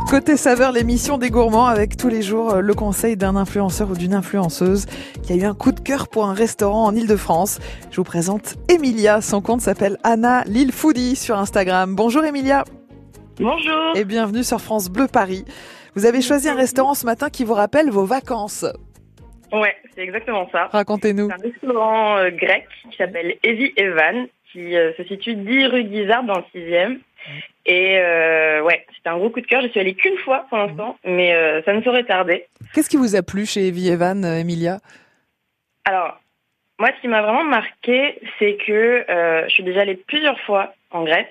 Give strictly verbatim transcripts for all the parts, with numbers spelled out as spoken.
Côté saveur, l'émission des gourmands avec tous les jours le conseil d'un influenceur ou d'une influenceuse qui a eu un coup de cœur pour un restaurant en Ile-de-France. Je vous présente Emilia. Son compte s'appelle Anna Lille Foodie sur Instagram. Bonjour Emilia. Bonjour. Et bienvenue sur France Bleu Paris. Vous avez choisi un restaurant ce matin qui vous rappelle vos vacances. Ouais, c'est exactement ça. Racontez-nous. C'est un restaurant euh, grec qui s'appelle Evie Evan, qui euh, se situe dix rue Guizard dans le sixième. Et euh, ouais, c'était un gros coup de cœur. Je suis allée qu'une fois pour l'instant, mais euh, ça ne saurait tarder. Qu'est-ce qui vous a plu chez Evie Evan, euh, Emilia ? Alors, moi, ce qui m'a vraiment marqué, c'est que euh, je suis déjà allée plusieurs fois en Grèce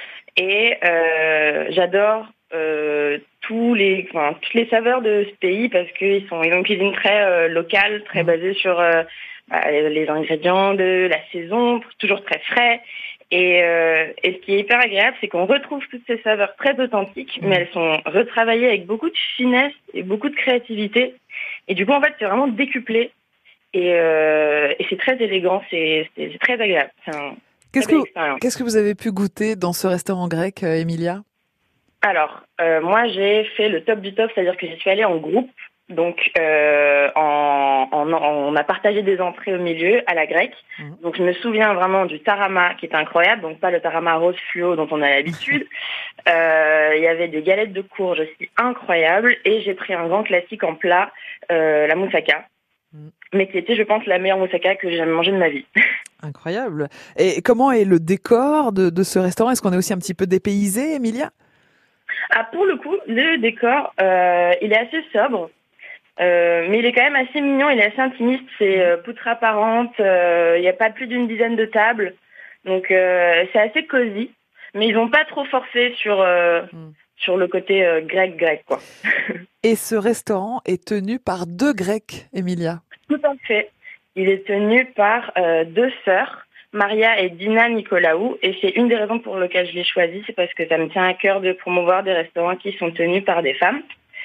et euh, j'adore euh, tous les, enfin, toutes les saveurs de ce pays parce qu'ils sont, ils ont une cuisine très euh, locale, très basée sur euh, bah, les ingrédients de la saison, toujours très frais. Et, euh, et ce qui est hyper agréable, c'est qu'on retrouve toutes ces saveurs très authentiques, mais elles sont retravaillées avec beaucoup de finesse et beaucoup de créativité. Et du coup, en fait, c'est vraiment décuplé. Et, euh, et c'est très élégant, c'est, c'est, c'est très agréable. C'est un, qu'est-ce, que vous, qu'est-ce que vous avez pu goûter dans ce restaurant grec, euh, Emilia ? Alors, euh, moi, j'ai fait le top du top, c'est-à-dire que j'y suis allée en groupe. Donc, euh, en, en, on a partagé des entrées au milieu, à la grecque. Mmh. Donc, je me souviens vraiment du tarama, qui était incroyable. Donc, pas le tarama rose fluo dont on a l'habitude. Euh, il y avait des galettes de courge aussi incroyables. Et j'ai pris un grand classique en plat, euh, la moussaka. Mmh. Mais qui était, je pense, la meilleure moussaka que j'ai jamais mangée de ma vie. Incroyable. Et comment est le décor de, de ce restaurant ? Est-ce qu'on est aussi un petit peu dépaysé, Emilia ? Ah, pour le coup, le décor, euh, il est assez sobre. Euh, mais il est quand même assez mignon, il est assez intimiste, c'est euh, poutre apparente, il euh, n'y a pas plus d'une dizaine de tables, donc euh, c'est assez cosy, mais ils n'ont pas trop forcé sur, euh, mm. sur le côté euh, grec-grec, quoi. Et ce restaurant est tenu par deux Grecs, Emilia ? Tout à fait. Il est tenu par euh, deux sœurs, Maria et Dina Nicolaou, et c'est une des raisons pour lesquelles je l'ai choisi, c'est parce que ça me tient à cœur de promouvoir des restaurants qui sont tenus par des femmes.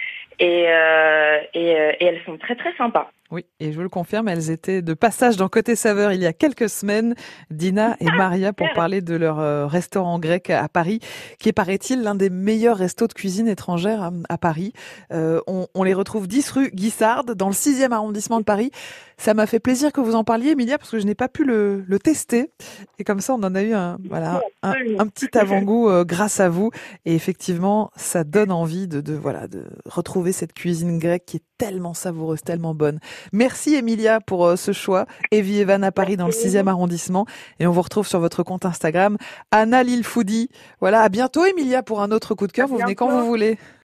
Et, euh, et, euh, et elles sont très très sympas. Oui, et je vous le confirme, elles étaient de passage dans Côté Saveur il y a quelques semaines, Dina et Maria, pour parler de leur euh, restaurant grec à Paris, qui est, paraît-il, l'un des meilleurs restos de cuisine étrangère à, à Paris. Euh, on, on les retrouve dix rue Guissard, dans le sixième arrondissement de Paris. Ça m'a fait plaisir que vous en parliez, Emilia, parce que je n'ai pas pu le, le tester. Et comme ça, on en a eu un, voilà, un, un petit avant-goût euh, grâce à vous. Et effectivement, ça donne envie de, de, voilà, de retrouver cette cuisine grecque qui est tellement savoureuse, tellement bonne. Merci Emilia pour euh, ce choix. Evie Evan à Paris dans le sixième arrondissement. Et on vous retrouve sur votre compte Instagram, Anna Lille Foodie. Voilà, à bientôt Emilia pour un autre coup de cœur. Vous venez quand vous voulez.